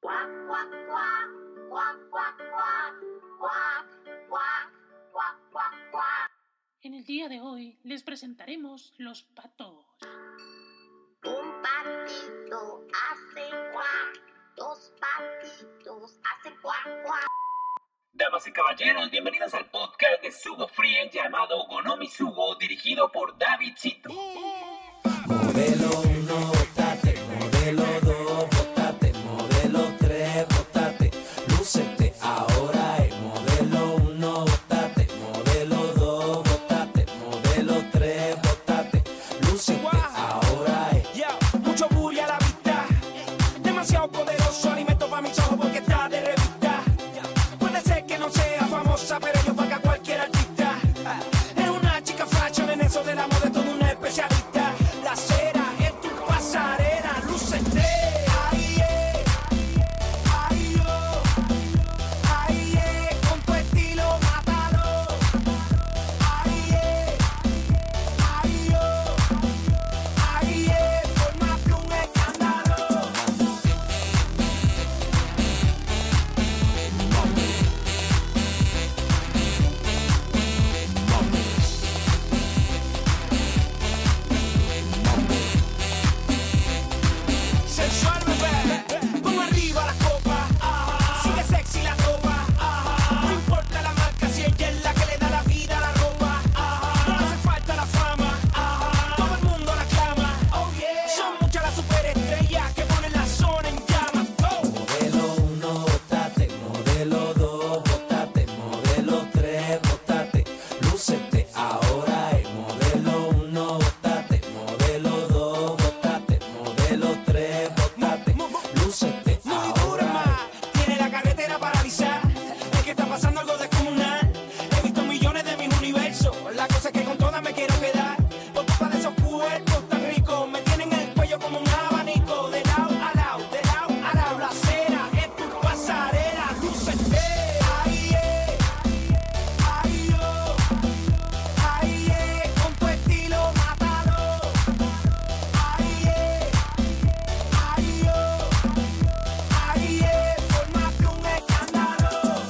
Cuac, cuac, cuac, cuac, cuac, cuac, cuac, cuac, cuac, cuac, cuac. En el día de hoy les presentaremos los patos. Un patito hace cuac, dos patitos hacen cuac, cuac. Damas y caballeros, bienvenidos al podcast de Sugo Frien llamado Gonomi Sugo, dirigido por Davidcito. Modelo 1, botate, modelo 2, botate, modelo 3, botate, lúcete ahora es modelo 1, botate, modelo 2, botate, modelo 3, botate, lúcete ahora es. Mucho bully a la vista, demasiado poderoso, alimento para mis ojos porque está de revista. Puede ser que no sea famosa, pero yo paga cualquier artista. Es una chica fashion, en eso de la moda es todo una especialista. La cera en tu pasarela, lúcete. Con tu estilo mátalo. Formate un escándalo. Sensual, bebé, pon arriba la copa, sigue sexy la ropa, no importa la marca si ella es la que le da la vida a la ropa, no le hace falta la fama, todo el mundo la clama, son muchas las superestrellas que ponen la zona en llamas. Modelo 1, botate, modelo 2, botate, modelo 3, botate, lúcete ahora es modelo 1, botate, modelo 2, botate, modelo 3, botate, lúcete Muy dura ahora más, tiene la carretera paralizada. Es que está pasando algo descomunal. He visto millones de mis universos. La cosa es que con todas me quiero quedar. Por culpa de esos cuerpos tan ricos, me tienen el cuello como un abanico. De lado a lado, de lado a lado. La cera es tu pasarela, lúcete. Con tu estilo mátalo. Formate un escándalo.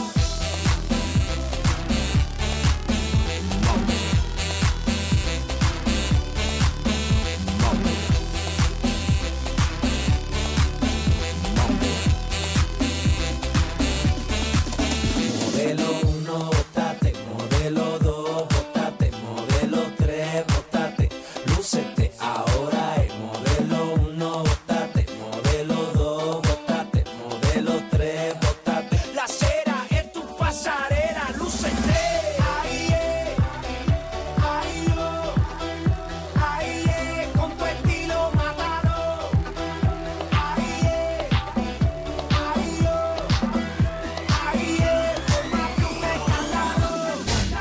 Modelo 1, botate, modelo 2, botate, modelo 3, botate, lúcete ahora es modelo 1, botate, modelo 2, botate, modelo 3, botate. La cera es tu pasarela, lúcete. Con tu estilo mátalo. Formate un escándalo.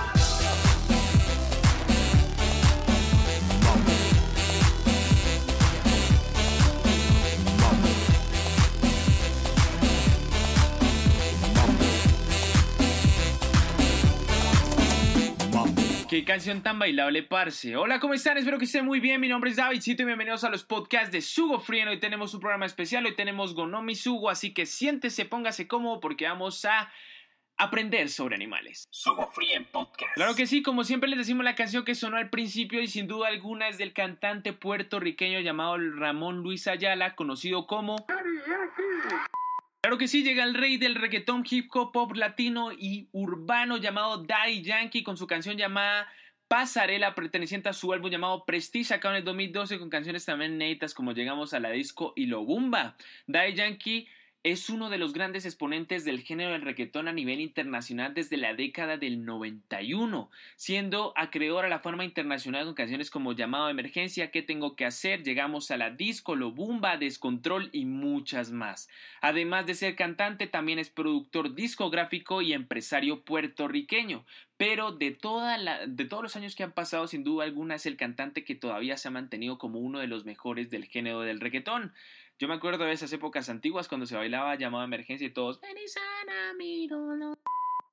¡Qué canción tan bailable, parce! Hola, ¿cómo están? Espero que estén muy bien. Mi nombre es Davidcito y bienvenidos a los podcasts de Sugo Frien. Hoy tenemos un programa especial, hoy tenemos Gonomi Sugo, así que siéntese, póngase cómodo porque vamos a aprender sobre animales. Sugo Frien Podcast. Claro que sí, como siempre les decimos la canción que sonó al principio y sin duda alguna es del cantante puertorriqueño llamado Ramón Luis Ayala, conocido como... Claro que sí, llega el rey del reggaetón, hip hop, pop latino y urbano llamado Daddy Yankee con su canción llamada Pasarela, perteneciente a su álbum llamado Prestige, sacado en el 2012 con canciones también inéditas como Llegamos a la Disco y Lo Bumba. Daddy Yankee es uno de los grandes exponentes del género del reggaetón a nivel internacional desde la década del 91, siendo acreedor a la fama internacional con canciones como Llamado de Emergencia, ¿Qué tengo que hacer?, Llegamos a la Disco, Lo Bumba, Descontrol y muchas más. Además de ser cantante, también es productor discográfico y empresario puertorriqueño. Pero de todos los años que han pasado, sin duda alguna, es el cantante que todavía se ha mantenido como uno de los mejores del género del reggaetón. Yo me acuerdo de esas épocas antiguas cuando se bailaba Llamado de Emergencia y todos... "Ven y sana mi dolor".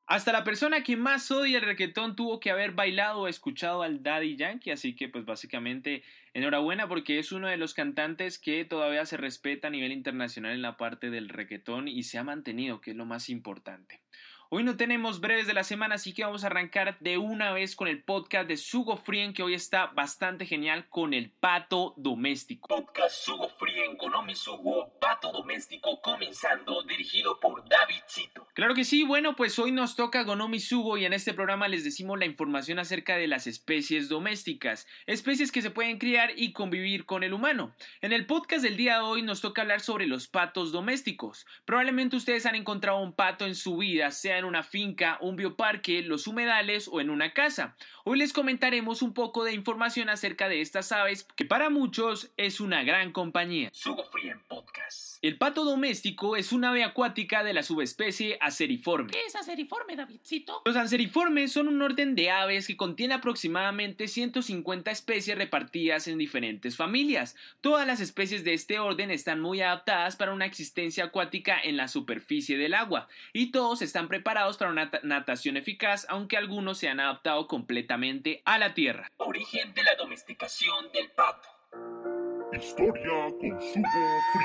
Hasta la persona que más odia el reggaetón tuvo que haber bailado o escuchado al Daddy Yankee, así que pues básicamente enhorabuena porque es uno de los cantantes que todavía se respeta a nivel internacional en la parte del reggaetón y se ha mantenido, que es lo más importante. Hoy no tenemos breves de la semana, así que vamos a arrancar de una vez con el podcast de Sugo Frien, que hoy está bastante genial con el pato doméstico. Podcast Sugo Frien Gonomi Sugo, pato doméstico comenzando, dirigido por Davidcito. Claro que sí, bueno, pues hoy nos toca Gonomi Sugo y en este programa les decimos la información acerca de las especies domésticas, especies que se pueden criar y convivir con el humano. En el podcast del día de hoy nos toca hablar sobre los patos domésticos. Probablemente ustedes han encontrado un pato en su vida, sea en una finca, un bioparque, los humedales o en una casa. Hoy les comentaremos un poco de información acerca de estas aves que para muchos es una gran compañía. Sugo Frien Podcast. El pato doméstico es una ave acuática de la subespecie Aceriforme. ¿Qué es aceriforme, Davidcito? Los aceriformes son un orden de aves que contiene aproximadamente 150 especies repartidas en diferentes familias. Todas las especies de este orden están muy adaptadas para una existencia acuática en la superficie del agua y todos están preparados para una natación eficaz, aunque algunos se han adaptado completamente a la tierra. Origen de la domesticación del pato. Historia con Sugo Frien.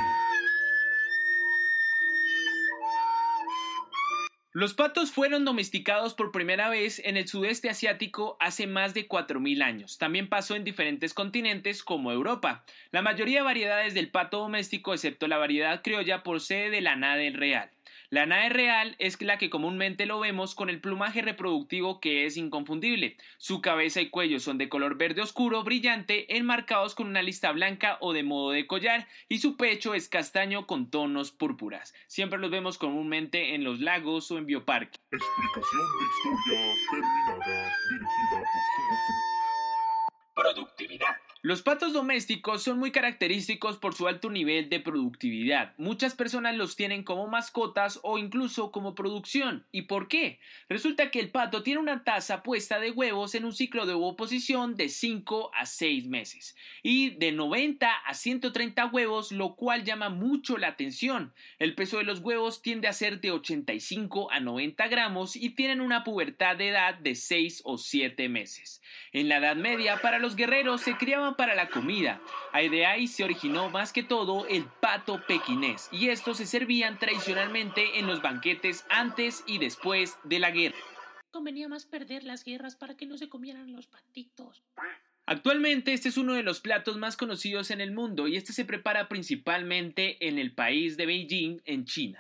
Los patos fueron domesticados por primera vez en el sudeste asiático hace más de 4.000 años. También pasó en diferentes continentes como Europa. La mayoría de variedades del pato doméstico, excepto la variedad criolla, procede de la nade real. La nade real es la que comúnmente lo vemos con el plumaje reproductivo que es inconfundible. Su cabeza y cuello son de color verde oscuro brillante, enmarcados con una lista blanca o de modo de collar, y su pecho es castaño con tonos púrpuras. Siempre los vemos comúnmente en los lagos o en bioparques. Explicación de historia terminada, dirigida por Sugo Frien. Productividad. Los patos domésticos son muy característicos por su alto nivel de productividad. Muchas personas los tienen como mascotas o incluso como producción. ¿Y por qué? Resulta que el pato tiene una tasa puesta de huevos en un ciclo de ovoposición de 5 a 6 meses y de 90 a 130 huevos, lo cual llama mucho la atención. El peso de los huevos tiende a ser de 85 a 90 gramos y tienen una pubertad de edad de 6 o 7 meses. En la Edad Media, para los guerreros se criaban para la comida. De ahí se originó más que todo el pato pequinés, y estos se servían tradicionalmente en los banquetes antes y después de la guerra. Convenía más perder las guerras para que no se comieran los patitos. Actualmente este es uno de los platos más conocidos en el mundo y este se prepara principalmente en el país de Beijing, en China.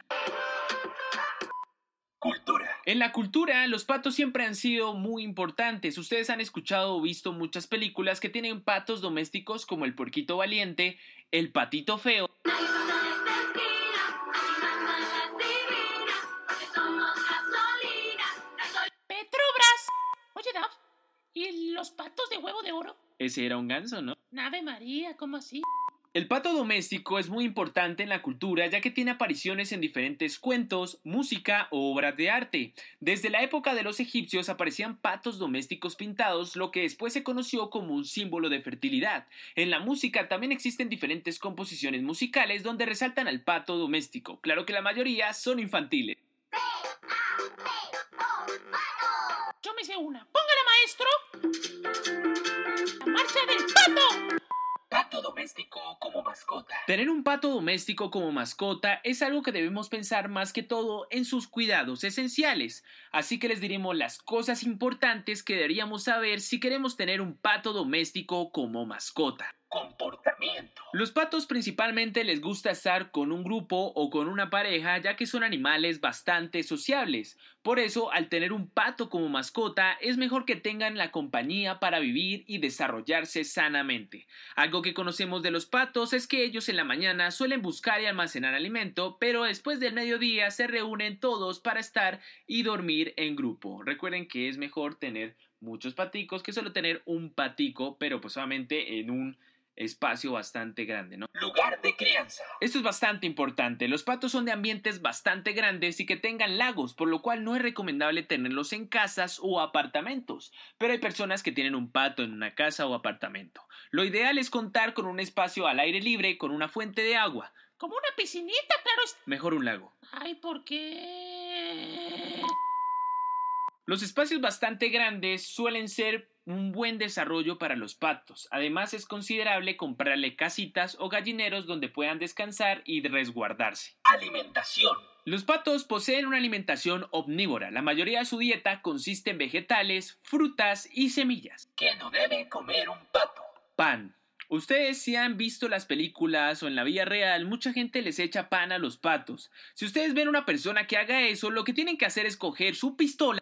Cultura. En la cultura, los patos siempre han sido muy importantes. Ustedes han escuchado o visto muchas películas que tienen patos domésticos como el puerquito valiente, el patito feo, ¡Petrobras! Oye, Dav, ¿y los patos de huevo de oro? ese era un ganso, ¿no? Ave María, ¿cómo así? El pato doméstico es muy importante en la cultura ya que tiene apariciones en diferentes cuentos, música o obras de arte. Desde la época de los egipcios aparecían patos domésticos pintados, lo que después se conoció como un símbolo de fertilidad. En la música también existen diferentes composiciones musicales donde resaltan al pato doméstico. Claro que la mayoría son infantiles. Yo me sé una. ¡Póngala, maestro! ¡La marcha del pato! Pato doméstico como mascota. Tener un pato doméstico como mascota es algo que debemos pensar más que todo en sus cuidados esenciales. Así que les diremos las cosas importantes que deberíamos saber si queremos tener un pato doméstico como mascota. Comportamiento. Los patos principalmente les gusta estar con un grupo o con una pareja ya que son animales bastante sociables. Por eso, al tener un pato como mascota, es mejor que tengan la compañía para vivir y desarrollarse sanamente. Algo que conocemos de los patos es que ellos en la mañana suelen buscar y almacenar alimento, pero después del mediodía se reúnen todos para estar y dormir en grupo. Recuerden que es mejor tener muchos paticos que solo tener un patico, pero pues solamente en un espacio bastante grande, ¿no? Lugar de crianza. Esto es bastante importante. Los patos son de ambientes bastante grandes y que tengan lagos, por lo cual no es recomendable tenerlos en casas o apartamentos. Pero hay personas que tienen un pato en una casa o apartamento. Lo ideal es contar con un espacio al aire libre con una fuente de agua. Como una piscinita, claro. Mejor un lago. Ay, ¿por qué? Los espacios bastante grandes suelen ser un buen desarrollo para los patos. Además, es considerable comprarle casitas o gallineros donde puedan descansar y resguardarse. Alimentación. Los patos poseen una alimentación omnívora. La mayoría de su dieta consiste en vegetales, frutas y semillas. ¿Qué no debe comer un pato? Pan. Ustedes si han visto las películas o en la vida real, mucha gente les echa pan a los patos. Si ustedes ven a una persona que haga eso, lo que tienen que hacer es coger su pistola.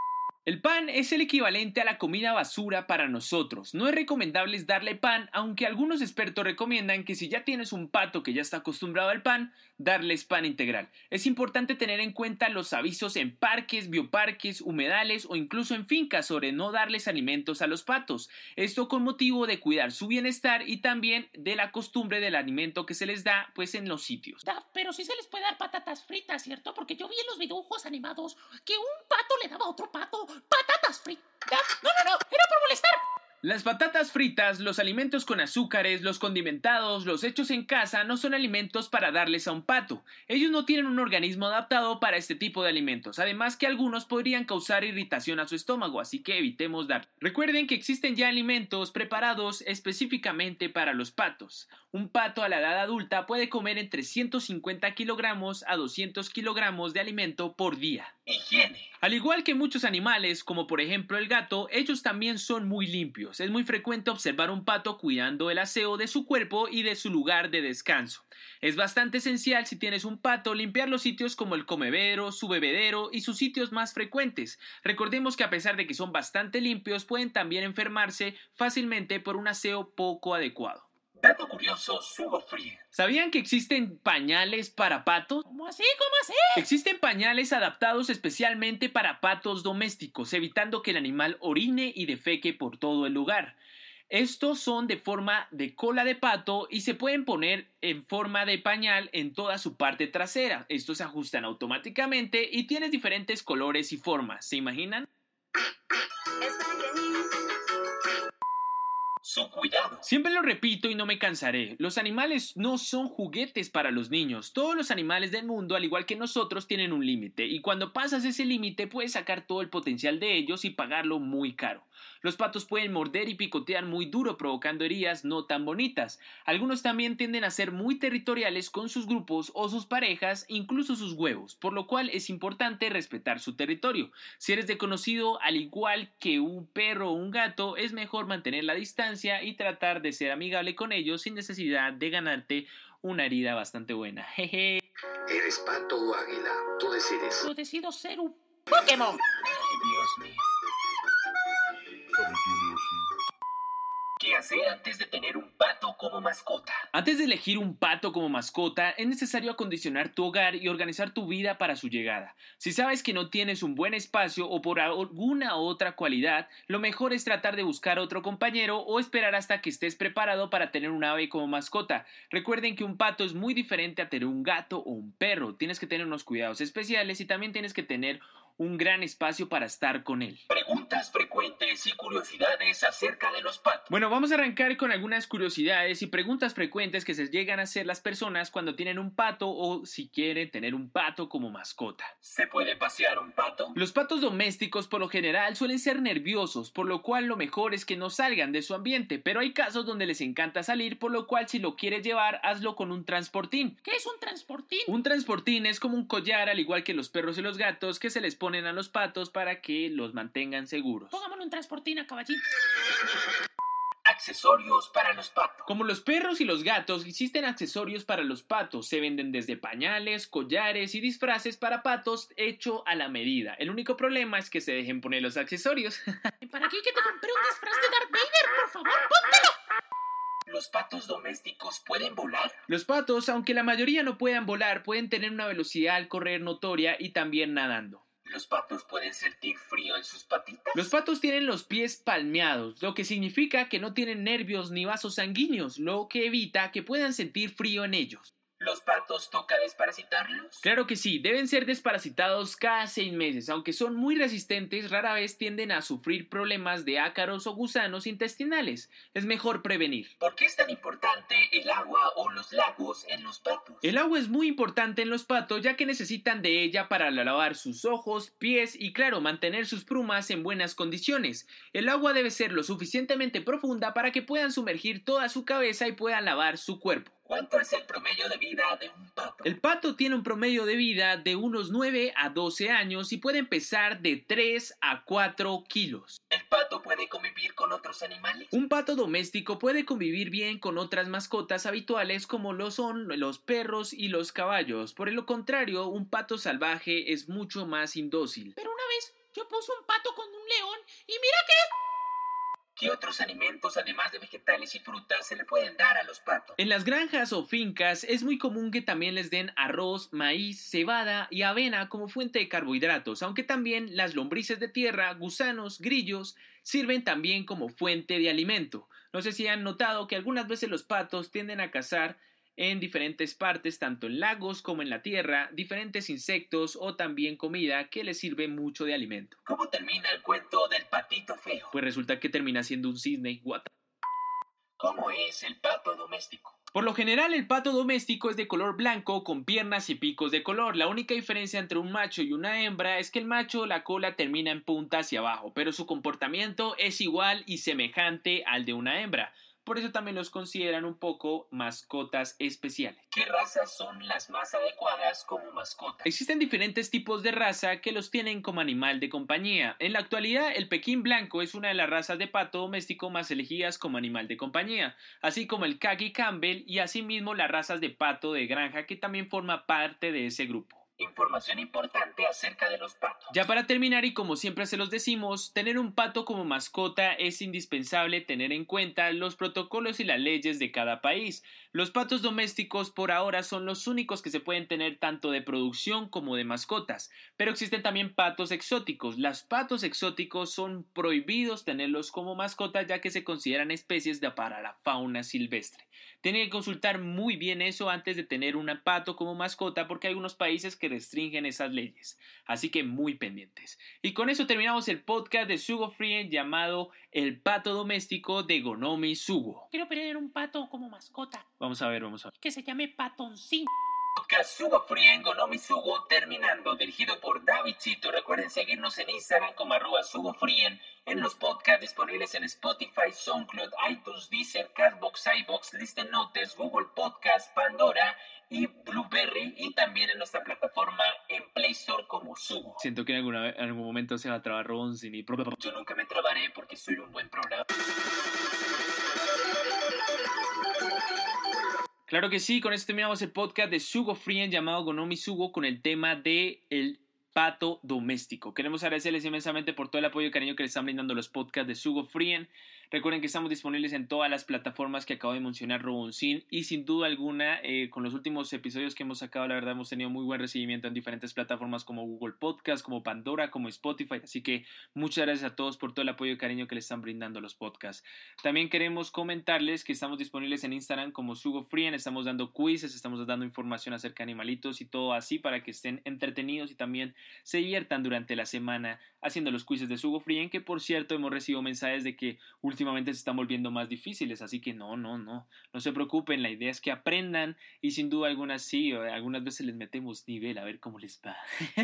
El pan es el equivalente a la comida basura para nosotros. No es recomendable darle pan, aunque algunos expertos recomiendan que si ya tienes un pato que ya está acostumbrado al pan, darles pan integral. Es importante tener en cuenta los avisos en parques, bioparques, humedales o incluso en fincas sobre no darles alimentos a los patos. Esto con motivo de cuidar su bienestar y también de la costumbre del alimento que se les da pues en los sitios. Pero sí se les puede dar patatas fritas, ¿cierto? Porque yo vi en los dibujos animados que un pato le daba a otro pato patatas fritas. No, era por molestar. Las patatas fritas, los alimentos con azúcares, los condimentados, los hechos en casa no son alimentos para darles a un pato. Ellos no tienen un organismo adaptado para este tipo de alimentos, además que algunos podrían causar irritación a su estómago, así que evitemos dar. Recuerden que existen ya alimentos preparados específicamente para los patos. Un pato a la edad adulta puede comer entre 150 kilogramos a 200 kilogramos de alimento por día. Higiene. Al igual que muchos animales, como por ejemplo el gato, ellos también son muy limpios. Es muy frecuente observar un pato cuidando el aseo de su cuerpo y de su lugar de descanso. Es bastante esencial si tienes un pato limpiar los sitios como el comedero, su bebedero y sus sitios más frecuentes. Recordemos que a pesar de que son bastante limpios, pueden también enfermarse fácilmente por un aseo poco adecuado. Dato curioso, Sugo Free. ¿Sabían que existen pañales para patos? ¿Cómo así? Existen pañales adaptados especialmente para patos domésticos, evitando que el animal orine y defeque por todo el lugar. Estos son de forma de cola de pato y se pueden poner en forma de pañal en toda su parte trasera. Estos se ajustan automáticamente y tienen diferentes colores y formas. ¿Se imaginan? Su cuidado. Siempre lo repito y no me cansaré. Los animales no son juguetes para los niños. Todos los animales del mundo, al igual que nosotros, tienen un límite. Y cuando pasas ese límite, puedes sacar todo el potencial de ellos y pagarlo muy caro. Los patos pueden morder y picotear muy duro, provocando heridas no tan bonitas. Algunos también tienden a ser muy territoriales con sus grupos o sus parejas, incluso sus huevos, por lo cual es importante respetar su territorio. Si eres desconocido, al igual que un perro o un gato, es mejor mantener la distancia y tratar de ser amigable con ellos sin necesidad de ganarte una herida bastante buena. Jeje. ¿Eres pato o águila? Tú decides. Yo decido ser un Pokémon. Ay, Dios mío. David Jr. sí. ¿Qué hacer antes de tener un pato como mascota? Antes de elegir un pato como mascota, es necesario acondicionar tu hogar y organizar tu vida para su llegada. Si sabes que no tienes un buen espacio o por alguna otra cualidad, lo mejor es tratar de buscar otro compañero o esperar hasta que estés preparado para tener un ave como mascota. Recuerden que un pato es muy diferente a tener un gato o un perro. Tienes que tener unos cuidados especiales y también tienes que tener un gran espacio para estar con él. Preguntas frecuentes y curiosidades acerca de los patos. Bueno, vamos a arrancar con algunas curiosidades y preguntas frecuentes que se llegan a hacer las personas cuando tienen un pato o si quieren tener un pato como mascota. ¿Se puede pasear un pato? Los patos domésticos por lo general suelen ser nerviosos, por lo cual lo mejor es que no salgan de su ambiente, pero hay casos donde les encanta salir, por lo cual si lo quieres llevar, hazlo con un transportín. ¿Qué es un transportín? Un transportín es como un collar, al igual que los perros y los gatos, que se les ponen a los patos para que los mantengan seguros. Pongámosle un transportín a Caballín. Accesorios para los patos. Como los perros y los gatos, existen accesorios para los patos. Se venden desde pañales, collares y disfraces para patos hecho a la medida. El único problema es que se dejen poner los accesorios. ¿Para qué que te compré un disfraz de Darth Vader? Por favor, póntelo. ¿Los patos domésticos pueden volar? Los patos, aunque la mayoría no puedan volar, pueden tener una velocidad al correr notoria y también nadando. ¿Los patos pueden sentir frío en sus patitas? Los patos tienen los pies palmeados, lo que significa que no tienen nervios ni vasos sanguíneos, lo que evita que puedan sentir frío en ellos. ¿Los patos toca desparasitarlos? Claro que sí, deben ser desparasitados cada 6 meses, aunque son muy resistentes, rara vez tienden a sufrir problemas de ácaros o gusanos intestinales. Es mejor prevenir. ¿Por qué es tan importante el agua o los lagos en los patos? El agua es muy importante en los patos ya que necesitan de ella para lavar sus ojos, pies y claro, mantener sus plumas en buenas condiciones. El agua debe ser lo suficientemente profunda para que puedan sumergir toda su cabeza y puedan lavar su cuerpo. ¿Cuánto es el promedio de vida de un pato? El pato tiene un promedio de vida de unos 9 a 12 años y pueden pesar de 3 a 4 kilos. ¿El pato puede convivir con otros animales? Un pato doméstico puede convivir bien con otras mascotas habituales como lo son los perros y los caballos. Por el contrario, un pato salvaje es mucho más indócil. Pero una vez yo puse un pato con un león y mira que... ¿Qué otros alimentos, además de vegetales y frutas, se le pueden dar a los patos? En las granjas o fincas es muy común que también les den arroz, maíz, cebada y avena como fuente de carbohidratos, aunque también las lombrices de tierra, gusanos, grillos sirven también como fuente de alimento. No sé si han notado que algunas veces los patos tienden a cazar en diferentes partes, tanto en lagos como en la tierra, diferentes insectos o también comida que les sirve mucho de alimento. ¿Cómo termina el cuento del patito feo? Pues resulta que termina siendo un cisne. ¿Cómo es el pato doméstico? Por lo general, el pato doméstico es de color blanco con piernas y picos de color. La única diferencia entre un macho y una hembra es que el macho la cola termina en punta hacia abajo, pero su comportamiento es igual y semejante al de una hembra. Por eso también los consideran un poco mascotas especiales. ¿Qué razas son las más adecuadas como mascotas? Existen diferentes tipos de raza que los tienen como animal de compañía. En la actualidad, el Pekín blanco es una de las razas de pato doméstico más elegidas como animal de compañía, así como el Khaki Campbell y asimismo las razas de pato de granja que también forma parte de ese grupo. Información importante acerca de los patos. Ya para terminar, y como siempre se los decimos, tener un pato como mascota es indispensable tener en cuenta los protocolos y las leyes de cada país. Los patos domésticos por ahora son los únicos que se pueden tener tanto de producción como de mascotas, pero existen también patos exóticos. Los patos exóticos son prohibidos tenerlos como mascotas ya que se consideran especies para la fauna silvestre. Tienen que consultar muy bien eso antes de tener un pato como mascota porque hay algunos países que restringen esas leyes, así que muy pendientes. Y con eso terminamos el podcast de Sugo Frien llamado El pato doméstico de Gonomi Sugo. Quiero tener un pato como mascota. Vamos a ver. Que se llame Patoncín. Podcast Sugo Frien Gonomi Sugo terminando, dirigido por David Chito. Recuerden seguirnos en Instagram como @SugoFrien, en los podcasts disponibles en Spotify, SoundCloud, iTunes, Deezer, Castbox, iVoox, Listen Notes, Google Podcast, Pandora y Blueberry, y también en nuestra plataforma en Play Store como Sugo. Siento que en algún momento se va a trabar Ronsin y... Yo nunca me trabaré porque soy un buen programa. Claro que sí, con esto terminamos el podcast de Sugo Frien llamado Gonomi Sugo con el tema de el pato doméstico. Queremos agradecerles inmensamente por todo el apoyo y cariño que les están brindando los podcasts de Sugo Frien. Recuerden que estamos disponibles en todas las plataformas que acabo de mencionar, Roboncín, y sin duda alguna con los últimos episodios que hemos sacado, la verdad hemos tenido muy buen recibimiento en diferentes plataformas como Google Podcast, como Pandora, como Spotify, así que muchas gracias a todos por todo el apoyo y cariño que les están brindando los podcasts. También queremos comentarles que estamos disponibles en Instagram como Sugo Frien, estamos dando quizzes, estamos dando información acerca de animalitos y todo así para que estén entretenidos y también se diviertan durante la semana haciendo los quizzes de Sugo Frien, que por cierto hemos recibido mensajes de que últimamente se están volviendo más difíciles, así que no se preocupen, la idea es que aprendan y sin duda alguna sí, algunas veces les metemos nivel a ver cómo les va.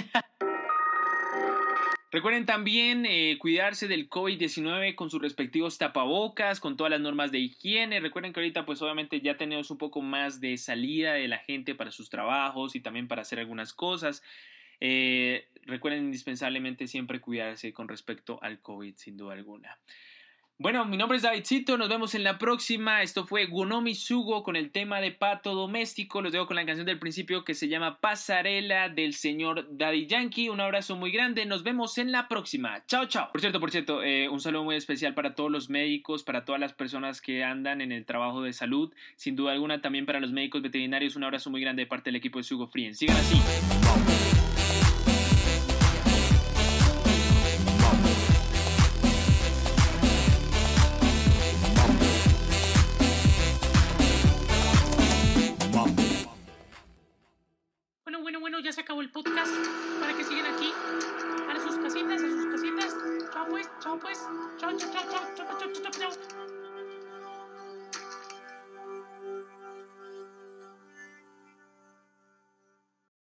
Recuerden también cuidarse del COVID-19 con sus respectivos tapabocas, con todas las normas de higiene. Recuerden que ahorita pues obviamente ya tenemos un poco más de salida de la gente para sus trabajos y también para hacer algunas cosas. Recuerden indispensablemente siempre cuidarse con respecto al COVID, sin duda alguna. Bueno, mi nombre es Davidcito, nos vemos en la próxima. Esto fue Gonomi Sugo con el tema de pato doméstico. Los dejo con la canción del principio que se llama Pasarela del señor Daddy Yankee. Un abrazo muy grande, nos vemos en la próxima. Chao, chao. Por cierto, un saludo muy especial para todos los médicos, para todas las personas que andan en el trabajo de salud. Sin duda alguna también para los médicos veterinarios. Un abrazo muy grande de parte del equipo de Sugo Frien. Sigan así. el podcast para que sigan aquí. A sus casitas, a sus casitas. Chao pues, chao pues. Chao, chao, chao, chao, chao, chao, chao, chao.